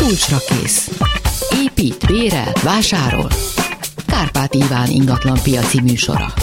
Kulcsra kész. Épít, bérel, vásárol. Kárpát Iván ingatlan piaci műsora.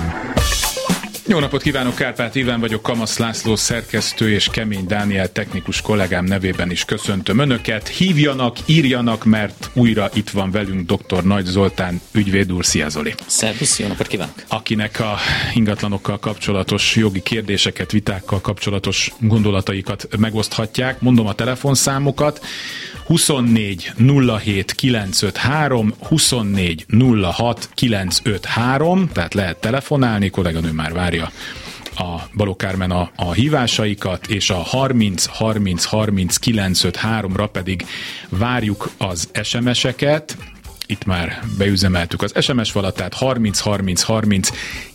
Jó napot kívánok, Kárpát Iván vagyok, Kamasz László szerkesztő és Kemény Dániel technikus kollégám nevében is köszöntöm Önöket. Hívjanak, írjanak, mert újra itt van velünk dr. Nagy Zoltán ügyvéd úr. Szia, Zoli! Szervusz, jó napot kívánok! Akinek a ingatlanokkal kapcsolatos jogi kérdéseket, vitákkal kapcsolatos gondolataikat megoszthatják. Mondom a telefonszámokat: 24 07 953, 24 06 953, tehát lehet telefonálni, kolléganő már várja a Balogh Kármen a hívásaikat, és a 30 30 30 953-ra pedig várjuk az SMS-eket. Itt már beüzemeltük az SMS falat, tehát 30 30 30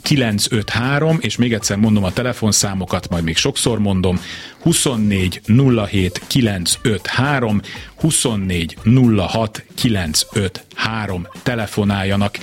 953, és még egyszer mondom a telefonszámokat, majd még sokszor mondom: 24 07 953, 24 06 953, telefonáljanak.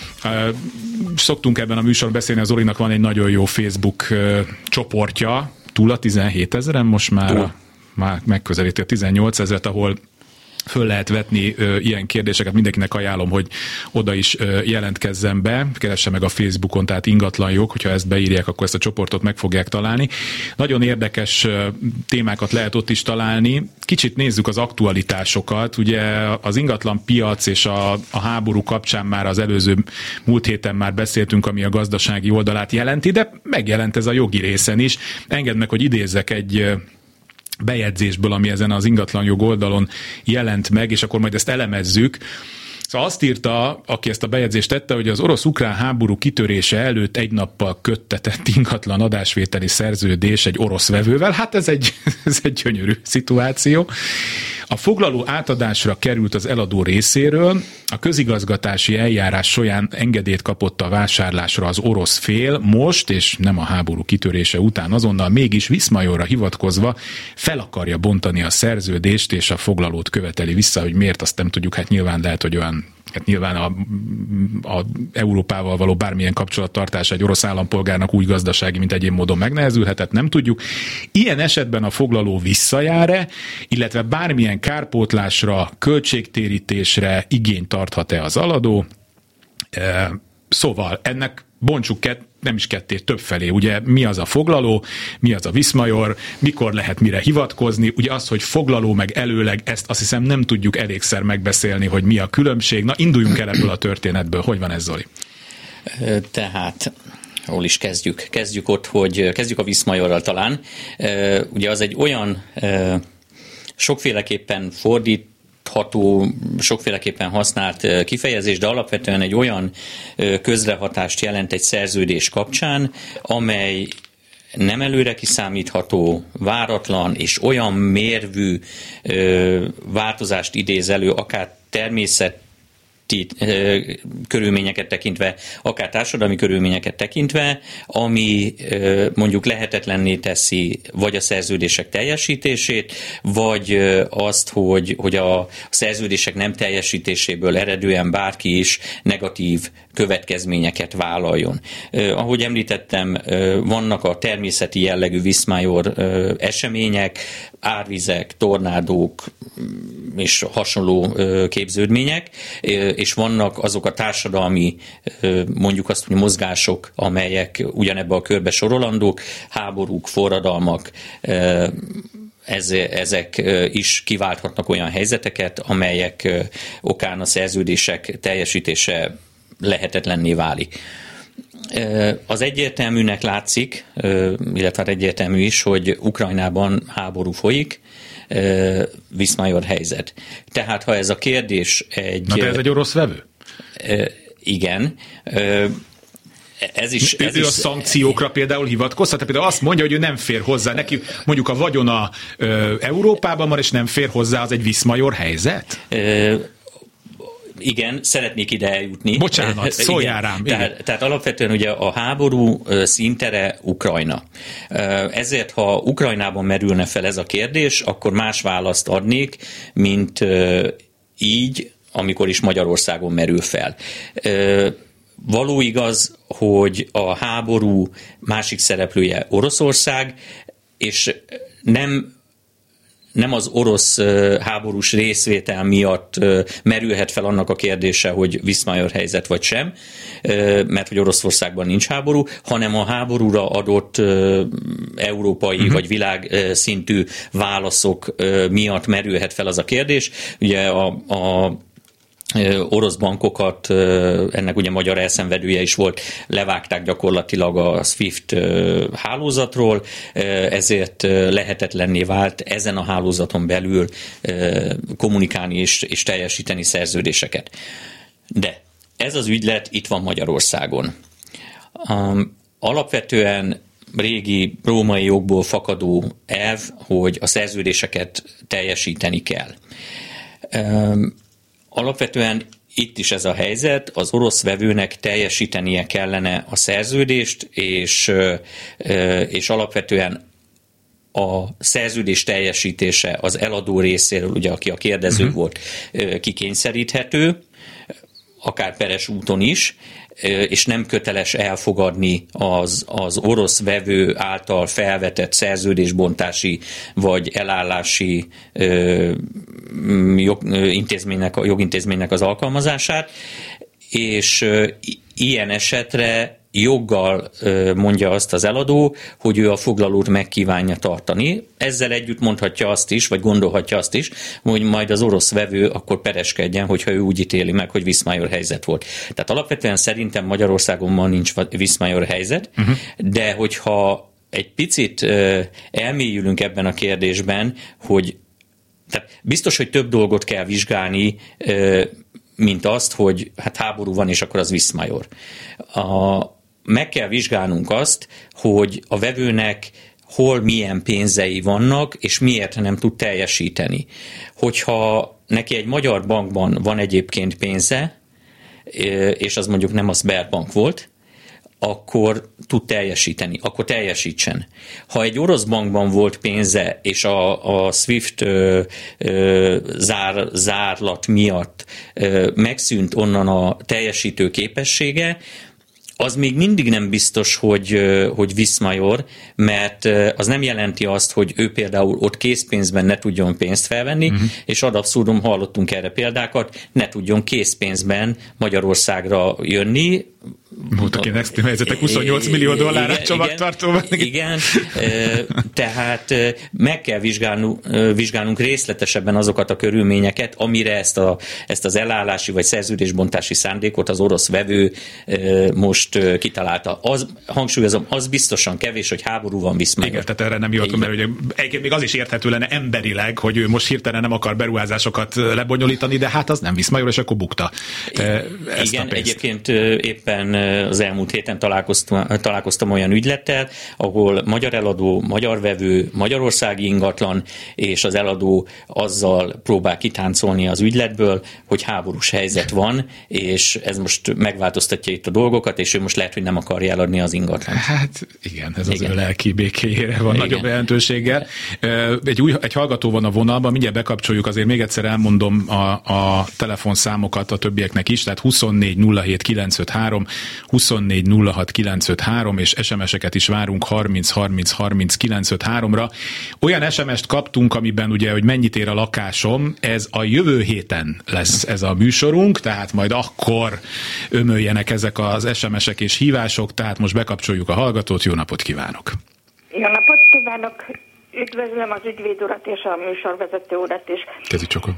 Szoktunk ebben a műsorban beszélni, az Zolinak van egy nagyon jó Facebook csoportja, túl a 17 000-en, most már megközelíti a 18 000-et, ahol föl lehet vetni ilyen kérdéseket. Mindenkinek ajánlom, hogy oda is jelentkezzen be, keresse meg a Facebookon, tehát ingatlanjog, hogyha ezt beírják, akkor ezt a csoportot meg fogják találni. Nagyon érdekes témákat lehet ott is találni. Kicsit nézzük az aktualitásokat. Ugye az ingatlan piac és a háború kapcsán már az előző múlt héten már beszéltünk, ami a gazdasági oldalát jelenti, de megjelent ez a jogi részen is. Engedd meg, hogy idézzek egy bejegyzésből, ami ezen az ingatlanjog oldalon jelent meg, és akkor majd ezt elemezzük. Szóval azt írta, aki ezt a bejegyzést tette, hogy az orosz-ukrán háború kitörése előtt egy nappal köttetett ingatlan adásvételi szerződés egy orosz vevővel. Hát ez egy gyönyörű szituáció. A foglaló átadásra került az eladó részéről, a közigazgatási eljárás során engedélyt kapott a vásárlásra az orosz fél, most, és nem a háború kitörése után azonnal, mégis Viszmajorra hivatkozva fel akarja bontani a szerződést, és a foglalót követeli vissza, hogy miért, azt nem tudjuk, hát nyilván lehet, hogy olyan, hát nyilván a Európával való bármilyen kapcsolattartása egy orosz állampolgárnak úgy gazdasági, mint egyéb módon megnehezülhetett, nem tudjuk. Ilyen esetben a foglaló visszajár-e, illetve bármilyen kárpótlásra, költségtérítésre igényt tarthat-e az eladó? Szóval ennek bontsuk nem is ketté, többfelé. Ugye mi az a foglaló, mi az a Viszmajor, mikor lehet mire hivatkozni. Ugye az, hogy foglaló meg előleg, ezt azt hiszem nem tudjuk elégszer megbeszélni, hogy mi a különbség. Na, induljunk el ebből a történetből. Hogy van ez, Zoli? Tehát hol is kezdjük? Kezdjük ott, hogy kezdjük a Viszmajorral talán. Ugye az egy olyan sokféleképpen sokféleképpen használt kifejezés, de alapvetően egy olyan közrehatást jelent egy szerződés kapcsán, amely nem előre kiszámítható, váratlan és olyan mérvű változást idéz elő, akár természeti körülményeket tekintve, akár társadalmi körülményeket tekintve, ami mondjuk lehetetlenné teszi vagy a szerződések teljesítését, vagy azt, hogy a szerződések nem teljesítéséből eredően bárki is negatív következményeket vállaljon. Ahogy említettem, vannak a természeti jellegű Viszmajor események, árvizek, tornádók és hasonló képződmények, és vannak azok a társadalmi, mondjuk azt, hogy mozgások, amelyek ugyanebbe a körbe sorolandók, háborúk, forradalmak, ezek is kiválthatnak olyan helyzeteket, amelyek okán a szerződések teljesítése lehetetlenné válik. Az egyértelműnek látszik, illetve egyértelmű is, hogy Ukrajnában háború folyik, Viszmajor helyzet. Tehát, ha ez a kérdés egy... Na, de ez egy orosz vevő? Igen. Ez is a szankciókra például hivatkozhat? Tehát például azt mondja, hogy ő nem fér hozzá. Neki mondjuk a vagyona Európában van, és nem fér hozzá, az egy Viszmajor helyzet? Igen, szeretnék ide eljutni. Bocsánat, szóljál rám. Tehát alapvetően ugye a háború színtere Ukrajna. Ezért, ha Ukrajnában merülne fel ez a kérdés, akkor más választ adnék, mint így, amikor is Magyarországon merül fel. Való igaz, hogy a háború másik szereplője Oroszország, és nem az orosz háborús részvétel miatt merülhet fel annak a kérdése, hogy Viszmajor helyzet vagy sem, mert hogy Oroszországban nincs háború, hanem a háborúra adott európai vagy világszintű válaszok miatt merülhet fel az a kérdés. Ugye a orosz bankokat, ennek ugye magyar elszenvedője is volt, levágták gyakorlatilag a SWIFT hálózatról, ezért lehetetlenné vált ezen a hálózaton belül kommunikálni és teljesíteni szerződéseket. De ez az ügylet itt van Magyarországon. Alapvetően régi római jogból fakadó elv, hogy a szerződéseket teljesíteni kell. Alapvetően itt is ez a helyzet, az orosz vevőnek teljesítenie kellene a szerződést, és alapvetően a szerződés teljesítése az eladó részéről, ugye aki a kérdező volt, kikényszeríthető, akár peres úton is, és nem köteles elfogadni az orosz vevő által felvetett szerződésbontási vagy elállási jogintézménynek az alkalmazását, és ilyen esetre joggal mondja azt az eladó, hogy ő a foglalót megkívánja tartani. Ezzel együtt mondhatja azt is, vagy gondolhatja azt is, hogy majd az orosz vevő akkor pereskedjen, hogyha ő úgy ítéli meg, hogy Viszmajor helyzet volt. Tehát alapvetően szerintem Magyarországon ma nincs Viszmajor helyzet, de hogyha egy picit elmélyülünk ebben a kérdésben, hogy tehát biztos, hogy több dolgot kell vizsgálni, mint azt, hogy hát háború van, és akkor az Viszmajor. Meg kell vizsgálnunk azt, hogy a vevőnek hol milyen pénzei vannak, és miért nem tud teljesíteni. Hogyha neki egy magyar bankban van egyébként pénze, és az mondjuk nem a Sberbank volt, akkor tud teljesíteni, akkor teljesítsen. Ha egy orosz bankban volt pénze, és a SWIFT zárlat miatt megszűnt onnan a teljesítő képessége, az még mindig nem biztos, hogy Viszmajor, mert az nem jelenti azt, hogy ő például ott készpénzben ne tudjon pénzt felvenni, és ad abszurdum, hallottunk erre példákat, ne tudjon készpénzben Magyarországra jönni. Voltak ilyen extrém helyzetek, 28 millió dollárra csomagtartóban. Igen, tehát meg kell vizsgálnunk részletesebben azokat a körülményeket, amire ezt az elállási vagy szerződésbontási szándékot az orosz vevő most kitalálta. Hangsúlyozom, az biztosan kevés, hogy háború van Viszmajor. Igen, tehát erre nem jött, mert ugye, még az is érthető lenne emberileg, hogy ő most hirtelen nem akar beruházásokat lebonyolítani, de hát az nem Viszmajor, és akkor bukta. Igen, egyébként éppen az elmúlt héten találkoztam olyan ügylettel, ahol magyar eladó, magyar vevő, magyarországi ingatlan, és az eladó azzal próbál kitáncolni az ügyletből, hogy háborús helyzet van, és ez most megváltoztatja itt a dolgokat, és ő most lehet, hogy nem akarja eladni az ingatlant. Hát igen, ez az ő lelki békéjére van nagyobb jelentőséggel. Egy hallgató van a vonalban, mindjárt bekapcsoljuk, azért még egyszer elmondom a telefonszámokat a többieknek is, tehát 24 07 953, 24 06 953, és SMS-eket is várunk 30 30 30 953-ra. Olyan SMS-t kaptunk, amiben ugye, hogy mennyit ér a lakásom, ez a jövő héten lesz ez a műsorunk, tehát majd akkor ömöljenek ezek az SMS-ek és hívások, tehát most bekapcsoljuk a hallgatót, jó napot kívánok! Jó napot kívánok! Üdvözlöm az ügyvéd urat és a műsorvezető urat is. Kezi csokom.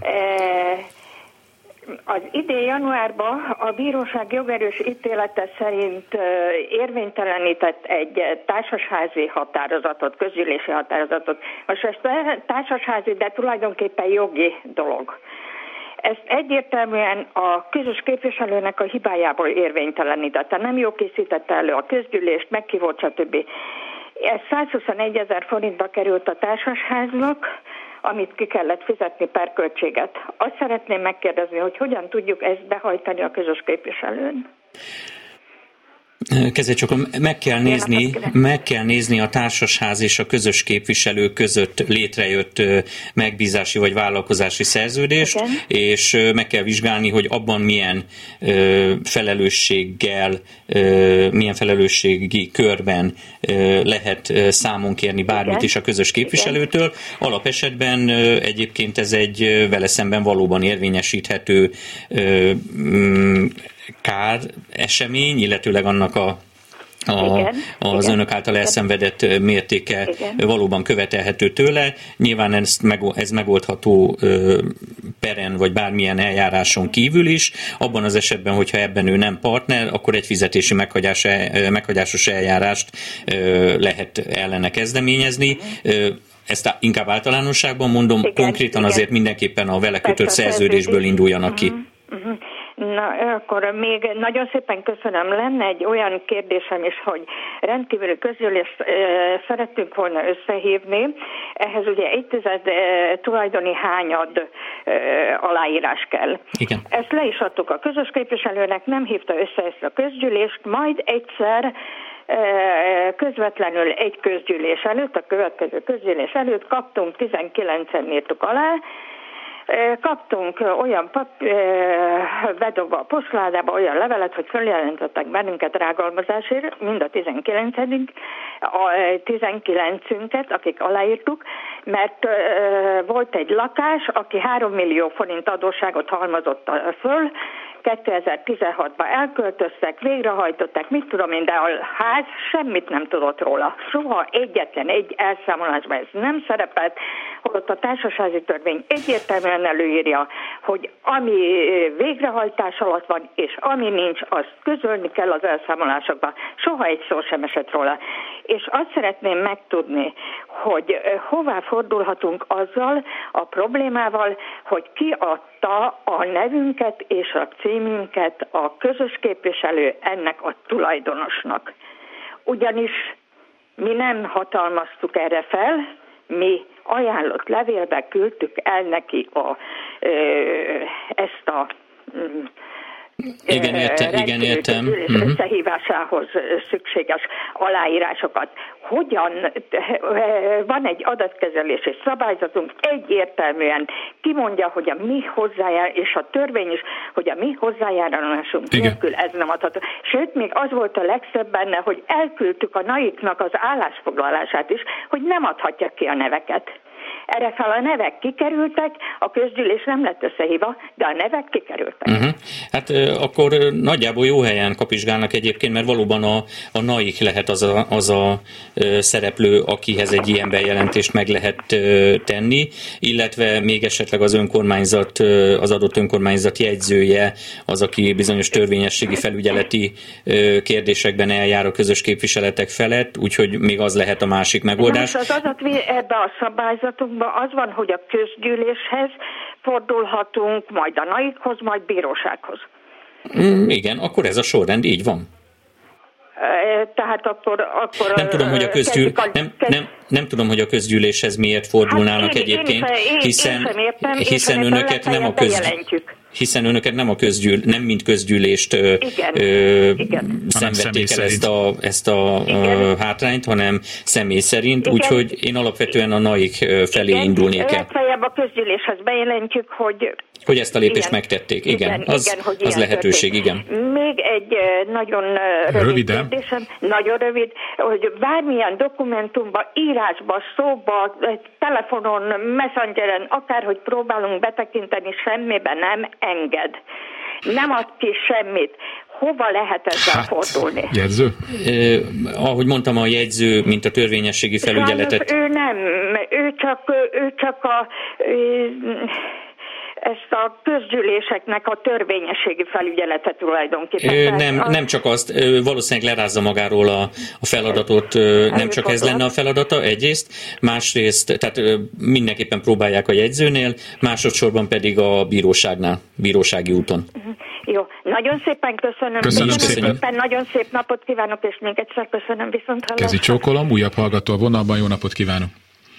Az idén januárban a bíróság jogerős ítélete szerint érvénytelenített egy társasházi határozatot, közgyűlési határozatot. Most ez társasházi, de tulajdonképpen jogi dolog. Ezt egyértelműen a közös képviselőnek a hibájából érvénytelenítette. Nem jól készítette elő a közgyűlést, meghívott, stb. Ez 121 000 forintba került a társasháznak, amit ki kellett fizetni per költséget. Azt szeretném megkérdezni, hogy hogyan tudjuk ezt behajtani a közös képviselőn? Kezdjük, csak meg kell nézni a társasház és a közös képviselők között létrejött megbízási vagy vállalkozási szerződést, igen. És meg kell vizsgálni, hogy abban milyen felelősségi körben lehet számon kérni bármit igen. is a közös képviselőtől. Alapesetben egyébként ez egy vele szemben valóban érvényesíthető kár esemény, illetőleg annak az önök által elszenvedett mértéke igen. valóban követelhető tőle. Nyilván ez megoldható peren vagy bármilyen eljáráson kívül is. Abban az esetben, hogyha ebben ő nem partner, akkor egy fizetési meghagyásos eljárást lehet ellene kezdeményezni. Ezt inkább általánosságban mondom, igen, konkrétan igen. azért mindenképpen a vele kötött szerződésből induljanak ki. Na, akkor még nagyon szépen köszönöm. Lenne egy olyan kérdésem is, hogy rendkívüli közgyűlést szerettünk volna összehívni. Ehhez ugye 1/10 tulajdoni hányad aláírás kell. Igen. Ezt le is adtuk a közös képviselőnek, nem hívta össze ezt a közgyűlést, majd egyszer közvetlenül egy közgyűlés előtt, a következő közgyűlés előtt kaptunk, 19-en írtuk alá, kaptunk olyan bedobva a posztládába olyan levelet, hogy följelentettek bennünket rágalmazásért, mind a 19-ünket, akik aláírtuk, mert volt egy lakás, aki 3 millió forint adósságot halmozott föl, 2016-ban elköltöztek, végrehajtották, mit tudom én, de a ház semmit nem tudott róla. Soha egyetlen egy elszámolásban ez nem szerepelt, holott a társasházi törvény egyértelműen előírja, hogy ami végrehajtás alatt van, és ami nincs, azt közölni kell az elszámolásokban. Soha egy szó sem esett róla. És azt szeretném megtudni, hogy hová fordulhatunk azzal a problémával, hogy ki adta a nevünket és a címünket a közös képviselő ennek a tulajdonosnak. Ugyanis mi nem hatalmaztuk erre fel, mi ajánlott levélbe küldtük el neki ezt a igen, értem. Összehívásához szükséges aláírásokat. Hogyan van egy adatkezelési szabályzatunk, egyértelműen kimondja, hogy a mi hozzájárulásunk, és a törvény is, hogy a mi hozzájárulásunk nélkül ez nem adható. Sőt, még az volt a legszebb benne, hogy elküldtük a NAIK-nak az állásfoglalását is, hogy nem adhatják ki a neveket. Erre fel a nevek kikerültek, a közgyűlés nem lett összehívva, de a nevek kikerültek. Hát akkor nagyjából jó helyen kapizsgálnak egyébként, mert valóban a NAIK lehet az a szereplő, akihez egy ilyen bejelentést meg lehet tenni, illetve még esetleg az önkormányzat, az adott önkormányzat jegyzője az, aki bizonyos törvényességi felügyeleti kérdésekben eljár a közös képviseletek felett, úgyhogy még az lehet a másik megoldás. Az adat ebbe a szabályzatunkban az van, hogy a közgyűléshez fordulhatunk, majd a NAIK-hoz, majd bírósághoz. Igen, akkor ez a sorrend, így van. Tehát akkor nem tudom, hogy nem tudom, hogy a közgyűléshez miért fordulnának egyébként, hiszen önöket nem a hiszen önöket nem mint közgyűlést szenvedték el ezt a hátrányt, hanem személy szerint, úgyhogy én alapvetően a NAIK felé indulnék el. Legfeljebb a közgyűléshez bejelentjük, hogy ezt a lépést megtették. Igen, az lehetőség, történt. Igen. Még egy nagyon rövid kérdésem, nagyon rövid, hogy bármilyen dokumentumban, írásban, szóban, telefonon, messengeren, akárhogy próbálunk betekinteni, semmiben nem enged. Nem ad ki semmit. Hova lehet ezzel fordulni? Jegyző? Ahogy mondtam, a jegyző, mint a törvényességi felügyeletet. Ő nem, ő csak ezt a közgyűléseknek a törvényességi felügyelete tulajdonképpen. Nem csak azt, valószínűleg lerázza magáról a feladatot, nem csak ez lenne a feladata egyrészt, másrészt, tehát mindenképpen próbálják a jegyzőnél, másodszorban pedig a bíróságnál, bírósági úton. Jó, nagyon szépen köszönöm. Köszönöm szépen. Nagyon szép napot kívánok, és még egyszer köszönöm, viszont hallásra. Kezi csókolom, újabb hallgató a vonalban, jó napot kívánok.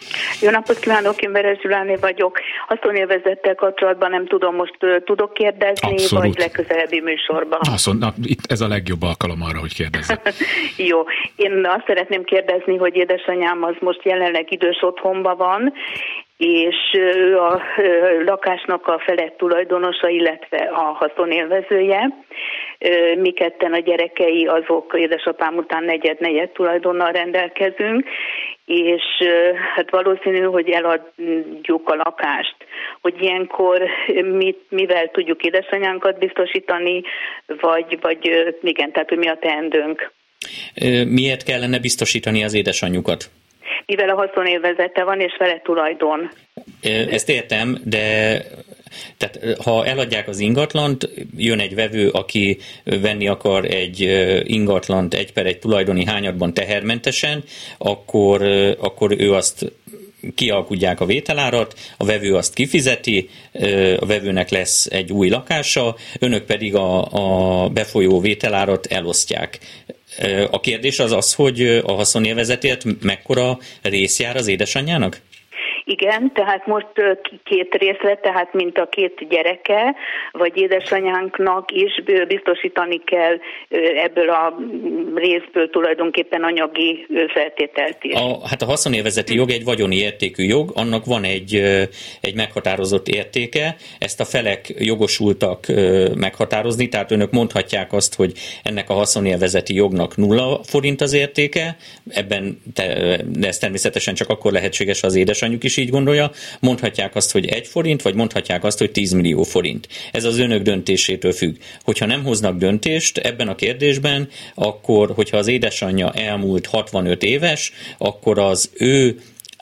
Jó napot kívánok, én Veres Zsuláné vagyok. Haszonélvezettel kapcsolatban nem tudom, most tudok kérdezni, Abszolút. Vagy legközelebbi műsorban? Itt ez a legjobb alkalom arra, hogy kérdezzek. Jó, én azt szeretném kérdezni, hogy édesanyám az most jelenleg idős otthonban van, és ő a lakásnak a felett tulajdonosa, illetve a haszonélvezője. Mi ketten a gyerekei azok édesapám után negyed tulajdonnal rendelkezünk, és hát valószínű, hogy eladjuk a lakást. Hogy ilyenkor mivel tudjuk édesanyánkat biztosítani, vagy igen, tehát hogy mi a teendőnk. Miért kellene biztosítani az édesanyjukat? Mivel a haszonélvezete van, és vele tulajdon. Ezt értem, de tehát, ha eladják az ingatlant, jön egy vevő, aki venni akar egy ingatlant 1/1 tulajdoni hányadban tehermentesen, akkor ő azt kialkudják a vételárat, a vevő azt kifizeti, a vevőnek lesz egy új lakása, önök pedig a befolyó vételárat elosztják. A kérdés az, hogy a haszonélvezetért mekkora rész jár az édesanyjának? Igen, tehát most két részlet, tehát mint a két gyereke, vagy édesanyánknak is biztosítani kell ebből a részből tulajdonképpen anyagi feltételt is. Hát a haszonélvezeti jog egy vagyoni értékű jog, annak van egy meghatározott értéke, ezt a felek jogosultak meghatározni, tehát önök mondhatják azt, hogy ennek a haszonélvezeti jognak 0 forint az értéke, de ez természetesen csak akkor lehetséges, ha az édesanyjuk is így gondolja, mondhatják azt, hogy 1 forint, vagy mondhatják azt, hogy 10 millió forint. Ez az önök döntésétől függ. Hogyha nem hoznak döntést ebben a kérdésben, akkor, hogyha az édesanyja elmúlt 65 éves, akkor az ő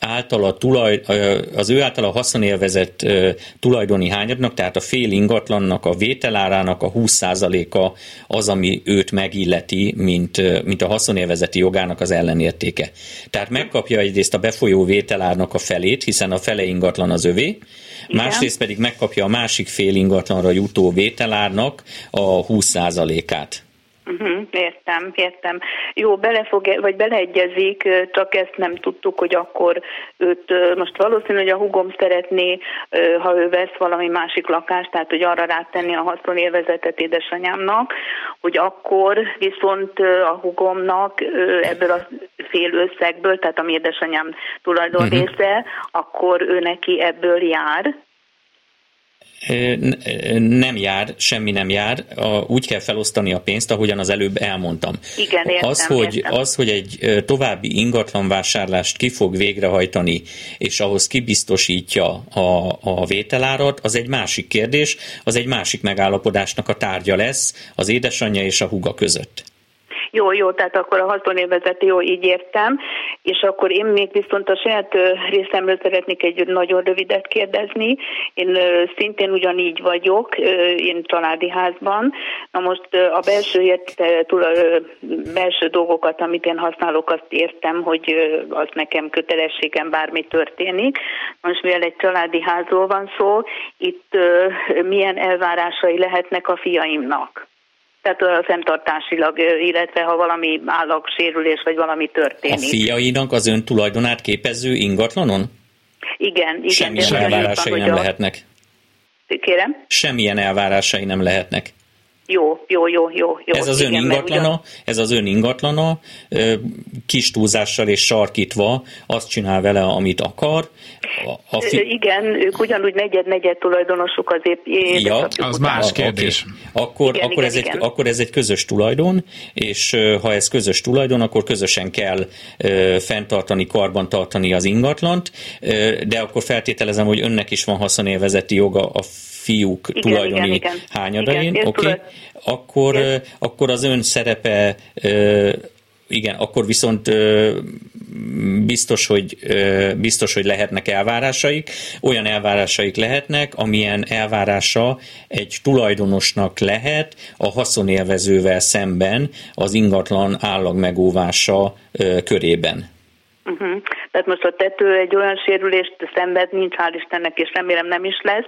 általa haszonélvezett tulajdoni hányadnak, tehát a fél ingatlannak a vételárának a 20%-a az, ami őt megilleti, mint a haszonélvezeti jogának az ellenértéke. Tehát megkapja egyrészt a befolyó vételárnak a felét, hiszen a fele ingatlan az övé, másrészt pedig megkapja a másik fél ingatlanra jutó vételárnak a 20%-át. Értem. Jó, beleegyezik, csak ezt nem tudtuk, hogy akkor őt, most valószínű, hogy a húgom szeretné, ha ő vesz valami másik lakást, tehát hogy arra rátenni a haszonélvezetet édesanyámnak, hogy akkor viszont a húgomnak ebből a fél összegből, tehát ami édesanyám tulajdon része, akkor ő neki ebből jár. Nem jár, semmi nem jár, úgy kell felosztani a pénzt, ahogyan az előbb elmondtam. Igen, értem. Az, hogy egy további ingatlanvásárlást ki fog végrehajtani, és ahhoz kibiztosítja a vételárat, az egy másik kérdés, az egy másik megállapodásnak a tárgya lesz az édesanyja és a húga között. Jó, tehát akkor a haszonélvezeti, jó, így értem, és akkor én még viszont a saját részemről szeretnék egy nagyon rövidet kérdezni. Én szintén ugyanígy vagyok, én családi házban. Na most a belső dolgokat, amit én használok, azt értem, hogy az nekem kötelességem, bármi történik. Most mivel egy családi házról van szó, itt milyen elvárásai lehetnek a fiaimnak? Tehát fenntartásilag, illetve ha valami állagsérülés vagy valami történik. A fiainak az ön tulajdonát képező ingatlanon? Igen. Semmilyen elvárásai nem lehetnek. Kérem? Semmilyen elvárásai nem lehetnek. Jó. Ez az ön ingatlana, kis túlzással és sarkítva azt csinál vele, amit akar. Igen, ők ugyanúgy negyed tulajdonosuk az az más kérdés. Akkor ez egy közös tulajdon, és ha ez közös tulajdon, akkor közösen kell fenntartani, karbantartani az ingatlant, de akkor feltételezem, hogy önnek is van haszonélvezeti joga a fiúk tulajdoni hányadain, oké? Akkor az ön szerepe, akkor viszont biztos, hogy lehetnek elvárásaik. Olyan elvárásaik lehetnek, amilyen elvárása egy tulajdonosnak lehet a haszonélvezővel szemben az ingatlan állagmegóvása körében. Tehát most a tető egy olyan sérülést szenved, nincs, hál' Istennek, és remélem nem is lesz,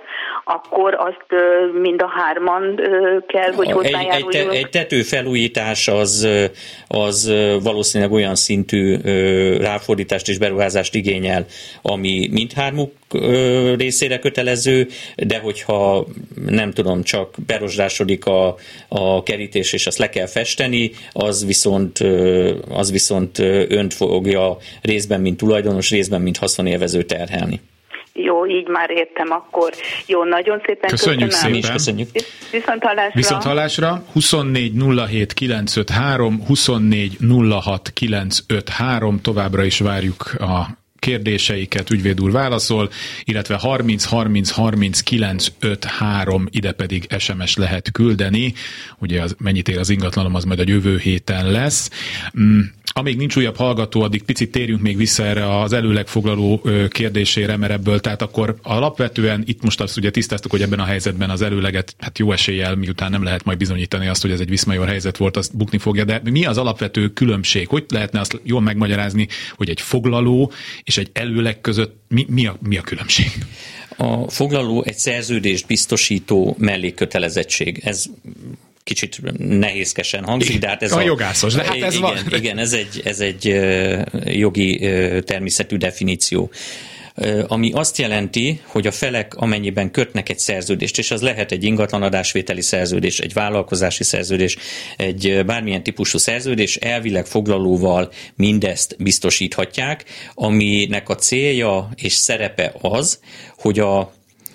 akkor azt mind a hárman kell, hogy hozzájáruljunk. Egy tetőfelújítás az valószínűleg olyan szintű ráfordítást és beruházást igényel, ami mindhármuk részére kötelező, de hogyha nem tudom, csak berozsdásodik a kerítés, és azt le kell festeni, az viszont önt fogja részben, mint tulajdonos, részben, mint haszonélvező terhelni. Jó, így már értem akkor. Jó, nagyon szépen köszönjük. Köszönjük. Viszonthallásra. 24 07 953, 24 06 953, továbbra is várjuk a kérdéseiket, ügyvéd úr válaszol, illetve 30 30 30 953, ide pedig SMS lehet küldeni. Ugye mennyit ér az ingatlanom, az majd a jövő héten lesz. Amíg nincs újabb hallgató, addig picit térjünk még vissza erre az előleg foglaló kérdésére, mert ebből, tehát akkor alapvetően itt most azt ugye tisztáztuk, hogy ebben a helyzetben az előleget, hát jó eséllyel, miután nem lehet majd bizonyítani azt, hogy ez egy Viszmajor helyzet volt, azt bukni fogja, de mi az alapvető különbség? Hogy lehetne azt jól megmagyarázni, hogy egy foglaló és egy előleg között mi a különbség? A foglaló egy szerződést biztosító mellékkötelezettség. Ez kicsit nehézkesen hangzik, de hát ez a jogászos, de hát ez van. Igen, ez egy jogi természetű definíció. Ami azt jelenti, hogy a felek amennyiben kötnek egy szerződést, és az lehet egy ingatlanadásvételi szerződés, egy vállalkozási szerződés, egy bármilyen típusú szerződés, elvileg foglalóval mindezt biztosíthatják, aminek a célja és szerepe az, hogy a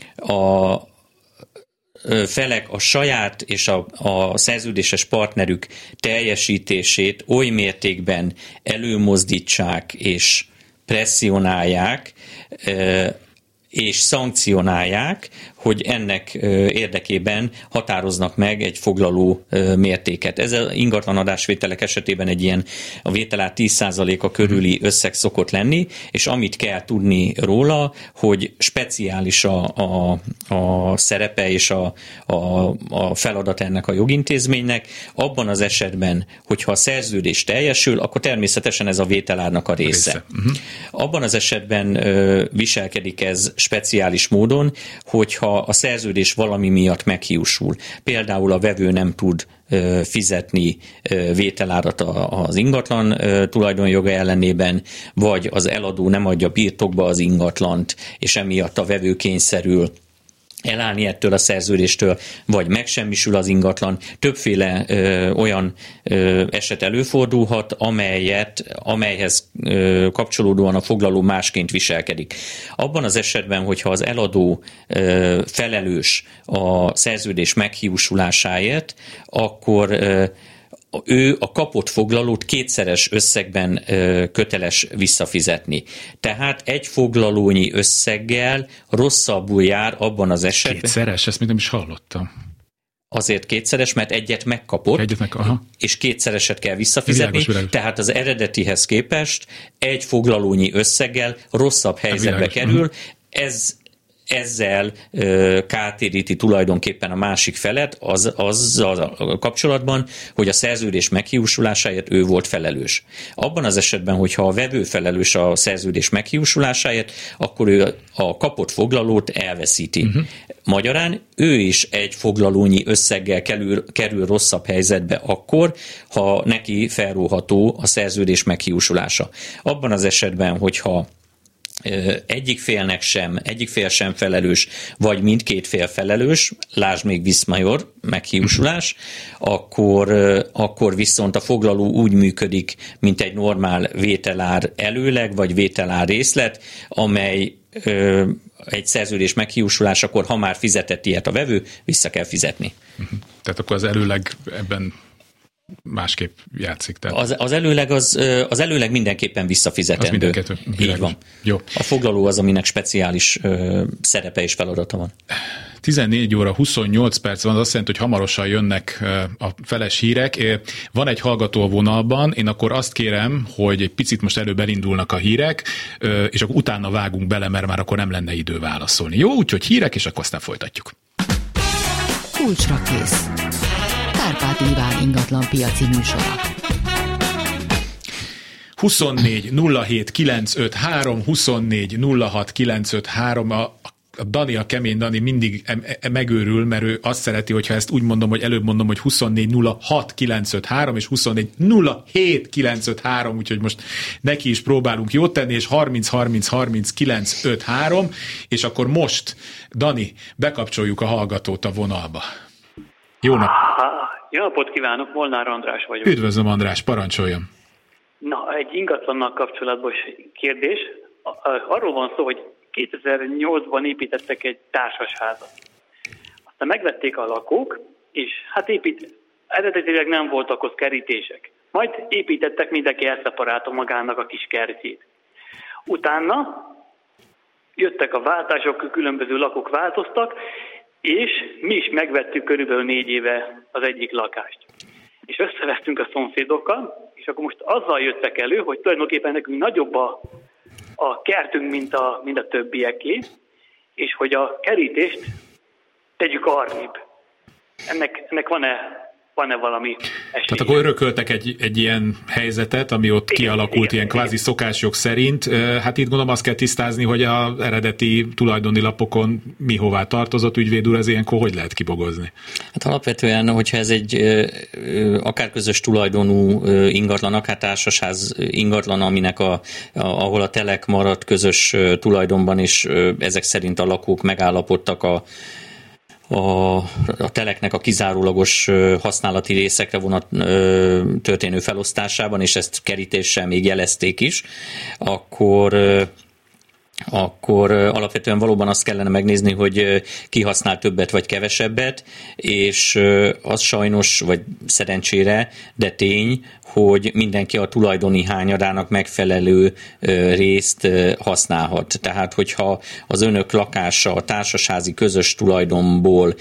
felek a saját és a szerződéses partnerük teljesítését oly mértékben előmozdítsák és presszionálják, és szankcionálják, hogy ennek érdekében határoznak meg egy foglaló mértéket. Ez az ingatlanadásvételek esetében egy ilyen a vételár 10%-a körüli összeg szokott lenni, és amit kell tudni róla, hogy speciális a szerepe és a feladat ennek a jogintézménynek. Abban az esetben, hogyha a szerződés teljesül, akkor természetesen ez a vételárnak a része. Abban az esetben viselkedik ez speciális módon, hogyha a szerződés valami miatt meghiúsul. Például a vevő nem tud fizetni vételárat az ingatlan tulajdonjoga ellenében, vagy az eladó nem adja birtokba az ingatlant, és emiatt a vevő kényszerül elállni ettől a szerződéstől, vagy megsemmisül az ingatlan. Többféle olyan eset előfordulhat, amelyhez kapcsolódóan a foglaló másként viselkedik. Abban az esetben, hogyha az eladó felelős a szerződés meghiúsulásáért, akkor ő a kapott foglalót kétszeres összegben köteles visszafizetni. Tehát egy foglalónyi összeggel rosszabbul jár abban az esetben. Kétszeres? Ezt még nem is hallottam. Azért kétszeres, mert egyet megkapott, és kétszereset kell visszafizetni, világos. Tehát az eredetihez képest egy foglalónyi összeggel rosszabb helyzetbe kerül. Ezzel kártéríti tulajdonképpen a másik felet azzal kapcsolatban, hogy a szerződés meghiúsulásáért ő volt felelős. Abban az esetben, hogyha a vevő felelős a szerződés meghiúsulásáért, akkor ő a kapott foglalót elveszíti. Magyarán ő is egy foglalónyi összeggel kerül rosszabb helyzetbe akkor, ha neki felróható a szerződés meghiúsulása. Abban az esetben, hogyha egyik fél sem felelős, vagy mindkét fél felelős, lásd még Viszmajor, meghiúsulás, akkor viszont a foglaló úgy működik, mint egy normál vételár előleg, vagy vételár részlet, amely egy szerződés meghiúsulásakor, ha már fizetett ilyet a vevő, vissza kell fizetni. Tehát akkor az előleg ebben másképp játszik. Tehát. Az előleg mindenképpen visszafizetendő. Így van. Jó. A foglaló az, aminek speciális szerepe és feladata van. 14 óra 28 perc van, az azt jelenti, hogy hamarosan jönnek a feles hírek. Van egy hallgató a vonalban, én akkor azt kérem, hogy egy picit most előbb elindulnak a hírek, és akkor utána vágunk bele, mert már akkor nem lenne idő válaszolni. Jó, úgyhogy hírek, és akkor aztán folytatjuk. Kulcsra kész. Kárpát Iván ingatlan piaci műsora. 24 07 953, 24 06 953, Dani, a kemény Dani mindig megőrül, mert ő azt szereti, hogyha ezt úgy mondom, hogy előbb mondom, hogy 24.06.953 és 24.07.953, úgyhogy most neki is próbálunk jót tenni, és 30.30.30.953, és akkor most, Dani, bekapcsoljuk a hallgatót a vonalba. Jó nap! Jó napot kívánok, Molnár András vagyok. Üdvözlöm, András, parancsoljon! Na, egy ingatlannal kapcsolatos kérdés. Arról van szó, hogy 2008-ban építettek egy társasházat. Aztán megvették a lakók, és hát eredetileg nem voltak ott kerítések. Majd építettek, mindenki elszeparálta magának a kis kertjét. Utána jöttek a váltások, különböző lakók változtak, és mi is megvettük körülbelül 4 éve az egyik lakást. És összevesztünk a szomszédokkal, és akkor most azzal jöttek elő, hogy tulajdonképpen nekünk nagyobb a kertünk, mint a többieké, és hogy a kerítést tegyük arrébb. Ennek van-e valami esély? Tehát akkor örököltek egy ilyen helyzetet, ami ott kialakult ilyen kvázi szokásjog szerint. Hát itt gondolom azt kell tisztázni, hogy az eredeti tulajdoni lapokon mi hová tartozott, ügyvéd úr, ez ilyenkor hogy lehet kibogozni? Hát alapvetően, hogyha ez egy akár közös tulajdonú ingatlan, akár társasház ingatlan, aminek ahol a telek maradt közös tulajdonban, és ezek szerint a lakók megállapodtak a teleknek a kizárólagos használati részekre történő felosztásában, és ezt kerítéssel még jelezték is, akkor alapvetően valóban azt kellene megnézni, hogy ki használ többet vagy kevesebbet, és az sajnos, vagy szerencsére, de tény, hogy mindenki a tulajdoni hányadának megfelelő részt használhat. Tehát, hogyha az önök lakása a társasházi közös tulajdonból,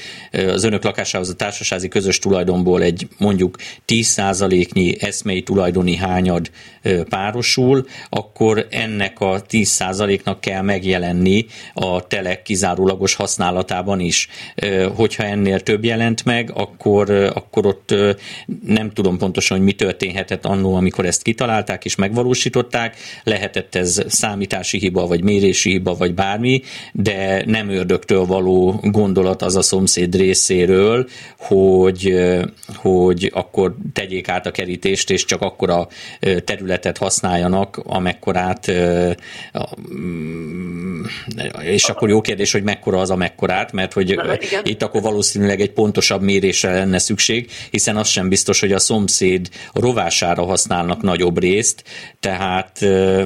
egy mondjuk 10%-nyi eszmei tulajdoni hányad párosul, akkor ennek a 10%-nak kell megjelenni a telek kizárólagos használatában is. Hogyha ennél több jelent meg, akkor ott nem tudom pontosan, hogy mi történhetett annó, amikor ezt kitalálták és megvalósították. Lehetett ez számítási hiba, vagy mérési hiba, vagy bármi, de nem ördögtől való gondolat az a szomszéd részéről, hogy akkor tegyék át a kerítést, és csak akkora területet használjanak, amekkorát, és akkor jó kérdés, hogy mekkora az amekkorát, mert hogy itt akkor valószínűleg egy pontosabb mérésre lenne szükség, hiszen az sem biztos, hogy a szomszéd rovására használnak nagyobb részt, tehát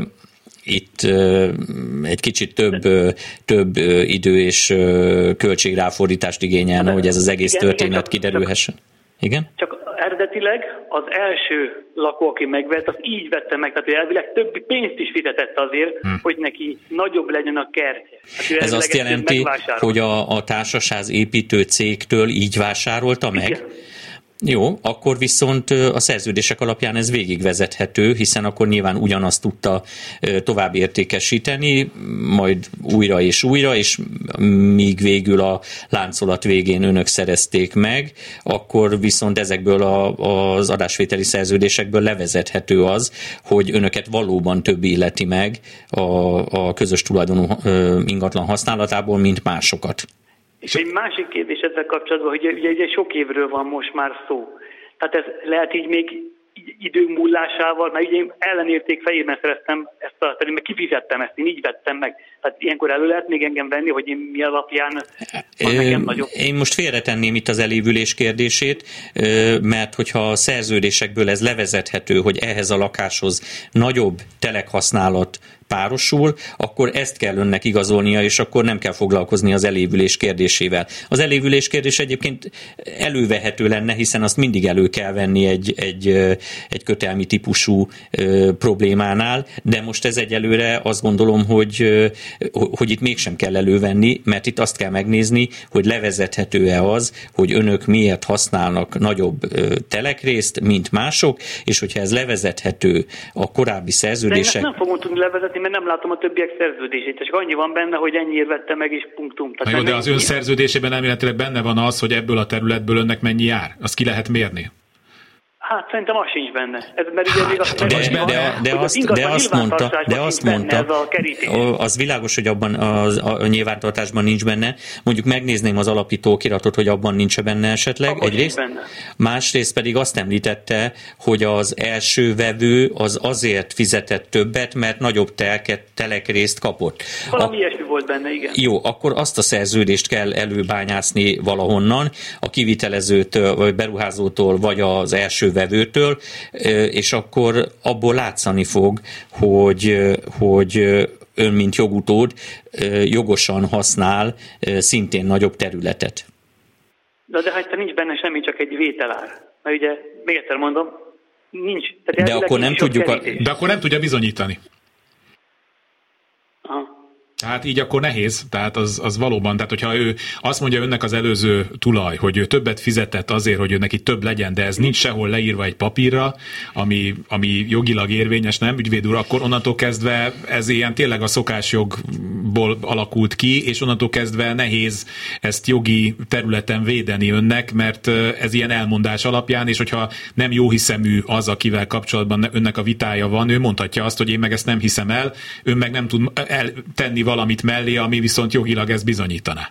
itt egy kicsit több idő és költségráfordítást igényelne, hogy ez az egész történet kiderülhessen. Igen? Csak eredetileg az első lakó, aki megvett, az így vette meg, tehát elvileg többi pénzt is fizetett azért, hogy neki nagyobb legyen a kertje. Hát ez azt jelenti, hogy a társasház építő cégtől így vásárolta meg? Igen. Jó, akkor viszont a szerződések alapján ez végigvezethető, hiszen akkor nyilván ugyanazt tudta tovább értékesíteni, majd újra, és míg végül a láncolat végén önök szerezték meg, akkor viszont ezekből az adásvételi szerződésekből levezethető az, hogy önöket valóban több illeti meg a közös tulajdonú ingatlan használatából, mint másokat. És egy másik kérdés ezzel kapcsolatban, hogy ugye sok évről van most már szó. Tehát ez lehet így még idő múlásával, mert ugye én ellenérték fejében szereztem ezt mert kifizettem ezt, én így vettem meg. Tehát ilyenkor elő lehet még engem venni, hogy én mi alapján van nekem nagyobb. Én most félretenném itt az elévülés kérdését, mert hogyha a szerződésekből ez levezethető, hogy ehhez a lakáshoz nagyobb telekhasználat párosul, akkor ezt kell önnek igazolnia, és akkor nem kell foglalkozni az elévülés kérdésével. Az elévülés kérdés egyébként elővehető lenne, hiszen azt mindig elő kell venni egy kötelmi típusú problémánál, de most ez egyelőre azt gondolom, hogy itt mégsem kell elővenni, mert itt azt kell megnézni, hogy levezethető-e az, hogy önök miért használnak nagyobb telekrészt, mint mások, és hogyha ez levezethető a korábbi szerződések... De én ezt nem fogom tudni levezetni, mert nem látom a többiek szerződését, csak annyi van benne, hogy ennyiért vette meg, és punktum. Na jó, de az ön szerződésében elméletileg benne van az, hogy ebből a területből önnek mennyi jár? Azt ki lehet mérni? Hát szerintem az sincs benne. Ez, mert ugye még de azt mondta, az világos, hogy abban a nyilvántartásban nincs benne. Mondjuk megnézném az alapító okiratot, hogy abban nincs benne esetleg. Akkor egyrészt. Benne. Másrészt pedig azt említette, hogy az első vevő az azért fizetett többet, mert nagyobb telekrészt kapott. Valami ilyesmi volt benne, igen. Jó, akkor azt a szerződést kell előbányászni valahonnan, a kivitelezőtől, vagy beruházótól, vagy az első vevőtől, és akkor abból látszani fog, hogy ön, mint jogutód, jogosan használ szintén nagyobb területet. De hát nincs benne semmi, csak egy vételár. Mert ugye, még egyszer mondom, nincs. De akkor nem tudjuk... De akkor nem tudja bizonyítani. Aha. Tehát így akkor nehéz, tehát az valóban, tehát hogyha ő azt mondja önnek az előző tulaj, hogy ő többet fizetett azért, hogy ő neki több legyen, de ez nincs sehol leírva egy papírra, ami jogilag érvényes, nem, ügyvéd úr, akkor onnantól kezdve ez ilyen tényleg a szokásjogból alakult ki, és onnantól kezdve nehéz ezt jogi területen védeni önnek, mert ez ilyen elmondás alapján, és hogyha nem jóhiszemű az, akivel kapcsolatban önnek a vitája van, ő mondhatja azt, hogy én meg ezt nem hiszem el, ön meg nem tud eltenni valamit mellé, ami viszont jogilag ezt bizonyítaná.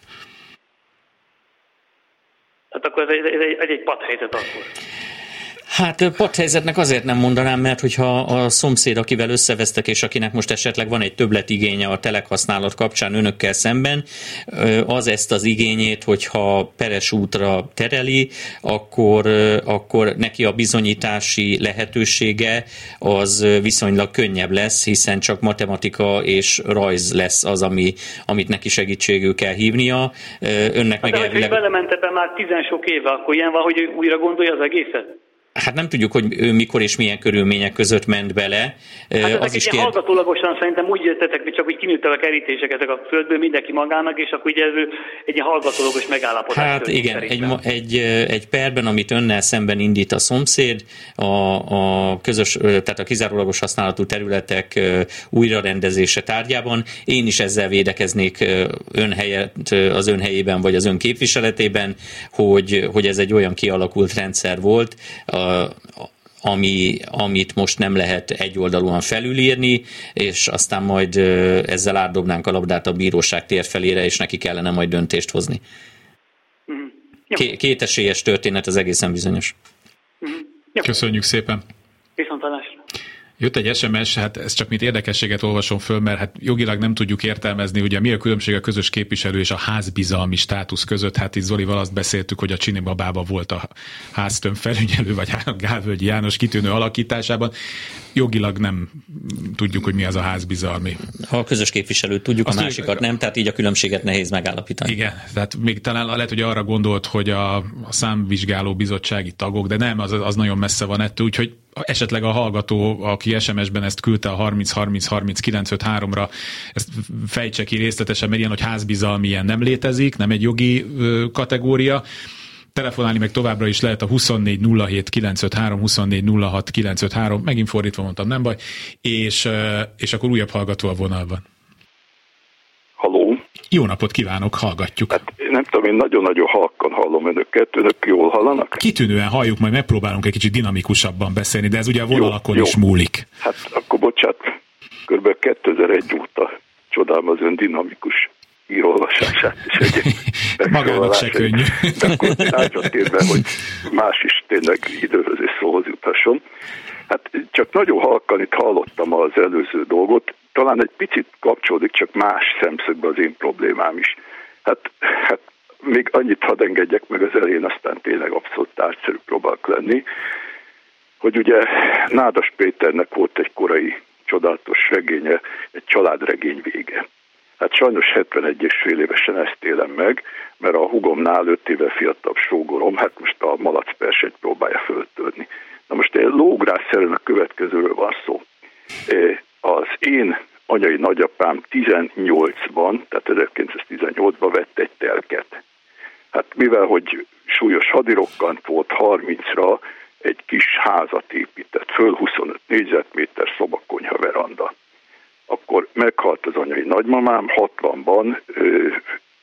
Tehát akkor ez egy padhelyzet akkor. Hát padhelyzetnek azért nem mondanám, mert hogyha a szomszéd, akivel összevesztek, és akinek most esetleg van egy többletigénye a telekhasználat kapcsán önökkel szemben, az ezt az igényét, hogyha peres útra tereli, akkor neki a bizonyítási lehetősége az viszonylag könnyebb lesz, hiszen csak matematika és rajz lesz az, amit neki segítségül kell hívnia. Önnek meg elvileg... De belement ebben már 10 sok éve, akkor ilyen van, hogy újra gondolja az egészet? Hát nem tudjuk, hogy ő mikor és milyen körülmények között ment bele. Hát az is hallgatólagosan szerintem úgy jöttetek, hogy csak úgy kinőttek a kerítések ezek a földből mindenki magának, és akkor ugye ez egy ilyen hallgatólagos megállapodás. Hát igen, egy perben, amit önnel szemben indít a szomszéd, a közös, tehát a kizárólagos használatú területek újrarendezése tárgyában, én is ezzel védekeznék ön helyett, az ön helyében, vagy az ön képviseletében, hogy ez egy olyan kialakult rendszer volt, amit most nem lehet egyoldalúan felülírni, és aztán majd ezzel átdobnánk a labdát a bíróság térfelére, és neki kellene majd döntést hozni. Kétesélyes történet, az egészen bizonyos. Köszönjük szépen. Viszontlátásra. Jött egy SMS, hát ezt csak mint érdekességet olvasom föl, mert hát jogilag nem tudjuk értelmezni, ugye mi a különbség a közös képviselő és a házbizalmi státusz között. Hát itt Zolival azt beszéltük, hogy a Csini babában volt a háztömb felügyelő, vagy Gálvölgyi János kitűnő alakításában. Jogilag nem tudjuk, hogy mi az a házbizalmi. Ha a közös képviselőt tudjuk, azt a másikat nem, tehát így a különbséget nehéz megállapítani. Igen, tehát még talán lehet, hogy arra gondolt, hogy a számvizsgáló bizottsági tagok, de nem, az nagyon messze van ettől, úgyhogy esetleg a hallgató, aki SMS-ben ezt küldte a 30-30-30-953-ra, ezt fejtse ki részletesen, mert ilyen, hogy házbizalmi ilyen nem létezik, nem egy jogi kategória. Telefonálni meg továbbra is lehet a 24 07 953, 24 06 953, megint fordítva mondtam, nem baj, és akkor újabb hallgató a vonalban. Halló? Jó napot kívánok, hallgatjuk. Hát nem tudom, én nagyon-nagyon halkan hallom önöket, önök jól hallanak? Kitűnően halljuk, majd megpróbálunk egy kicsit dinamikusabban beszélni, de ez ugye a vonalakon is múlik. Hát akkor bocsánat, kb. 2001 óta csodálom az ön dinamikus írolvasását és egyéb magának se könnyű. De akkor átratérve, hogy más is tényleg időhöz és szóhoz jutasson. Hát csak nagyon halkan itt hallottam az előző dolgot, talán egy picit kapcsolódik, csak más szemszögbe az én problémám is. Hát még annyit hadd engedjek meg az elején, aztán tényleg abszolút tárgyszerű próbálok lenni, hogy ugye Nádas Péternek volt egy korai csodálatos regénye, egy családregény vége. Hát sajnos 71 és fél évesen ezt élem meg, mert a hugomnál 5 éve fiatalabb sógorom, hát most a malacpersenyt próbálja föltörni. Na most egy lógrásszerűen a következőről van szó. Az én anyai nagyapám 18-ban, tehát 1918-ban vett egy telket. Hát mivel, hogy súlyos hadirokkant volt, 30-ra egy kis házat épített, föl 25 négyzetméter szobakonyha veranda. Akkor meghalt az anyai nagymamám, 60-ban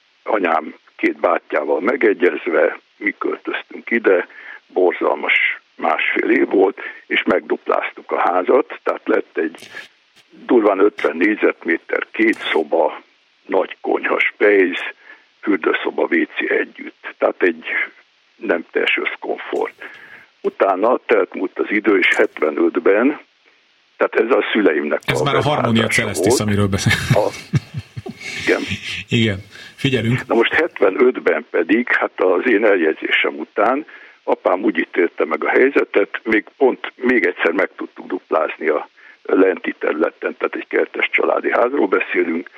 anyám 2 bátyjával megegyezve, mi költöztünk ide, borzalmas másfél év volt, és megdupláztuk a házat, tehát lett egy durván 50 négyzetméter, 2 szoba, nagy konyha, spejz, fürdőszoba, WC együtt. Tehát egy nem teljes összkomfort. Utána teltmúlt az idő, és 75-ben, tehát ez a szüleimnek ez már a Harmonia Celestis, amiről beszélünk. Igen, figyelünk. Na most 75-ben pedig, hát az én eljegyzésem után apám úgy ítélte meg a helyzetet, még egyszer meg tudtuk duplázni a lenti területen, tehát egy kertes családi házról beszélünk,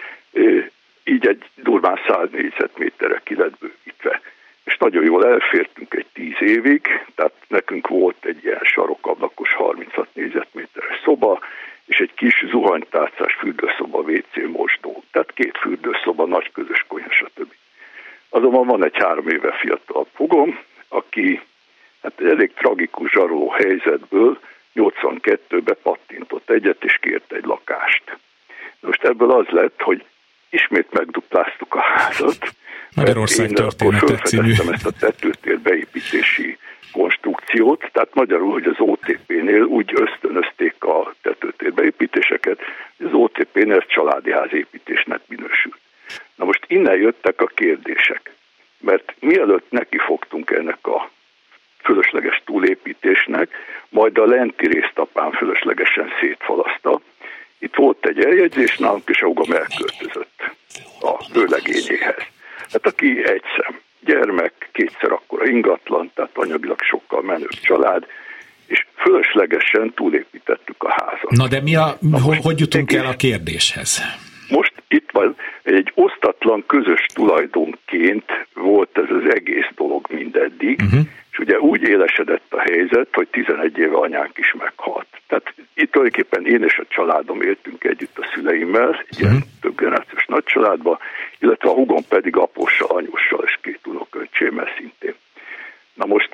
így egy durván 100 négyzetméterre ki lett bővítve. És nagyon jól elfértünk egy 10 évig, tehát nekünk volt egy ilyen sarokablakos 36 négyzetméteres szoba, és egy kis zuhanytárcás fürdőszoba, WC, mosdó. Tehát 2 fürdőszoba, nagy közös konyha, stb. Azonban van egy 3 éve fiatalabb húgom, aki hát egy elég tragikus zsaroló helyzetből 82-ben pattintott egyet, és kért egy lakást. Most ebből az lett, hogy ismét megdupláztuk a házat, Magyarország története című. Ezt a tetőtér beépítési konstrukciót, tehát magyarul, hogy az OTP-nél úgy ösztönözték a tetőtér beépítéseket, hogy az OTP-nél családi házépítésnek minősül. Na most innen jöttek a kérdések, mert mielőtt nekifogtunk ennek a fölösleges túlépítésnek, majd a lenti részt apám fölöslegesen szétfalaszta. Itt volt egy eljegyzés nálunk, és a húgom elköltözött a vőlegényéhez. Hát aki egy szem gyermek, 2-szer akkora ingatlan, tehát anyagilag sokkal menőbb család, és fölöslegesen túlépítettük a házat. Na de hogy jutunk el a kérdéshez? Most itt van, egy osztatlan közös tulajdonként volt ez az egész dolog mindeddig, és ugye úgy élesedett a helyzet, hogy 11 éve anyánk is meghalt. Tehát itt tulajdonképpen én és a családom éltünk együtt a szüleimmel, egy ilyen több generációs nagy családban, illetve a húgom pedig apóssal, anyóssal és 2 unoköccsémmel szintén. Na most,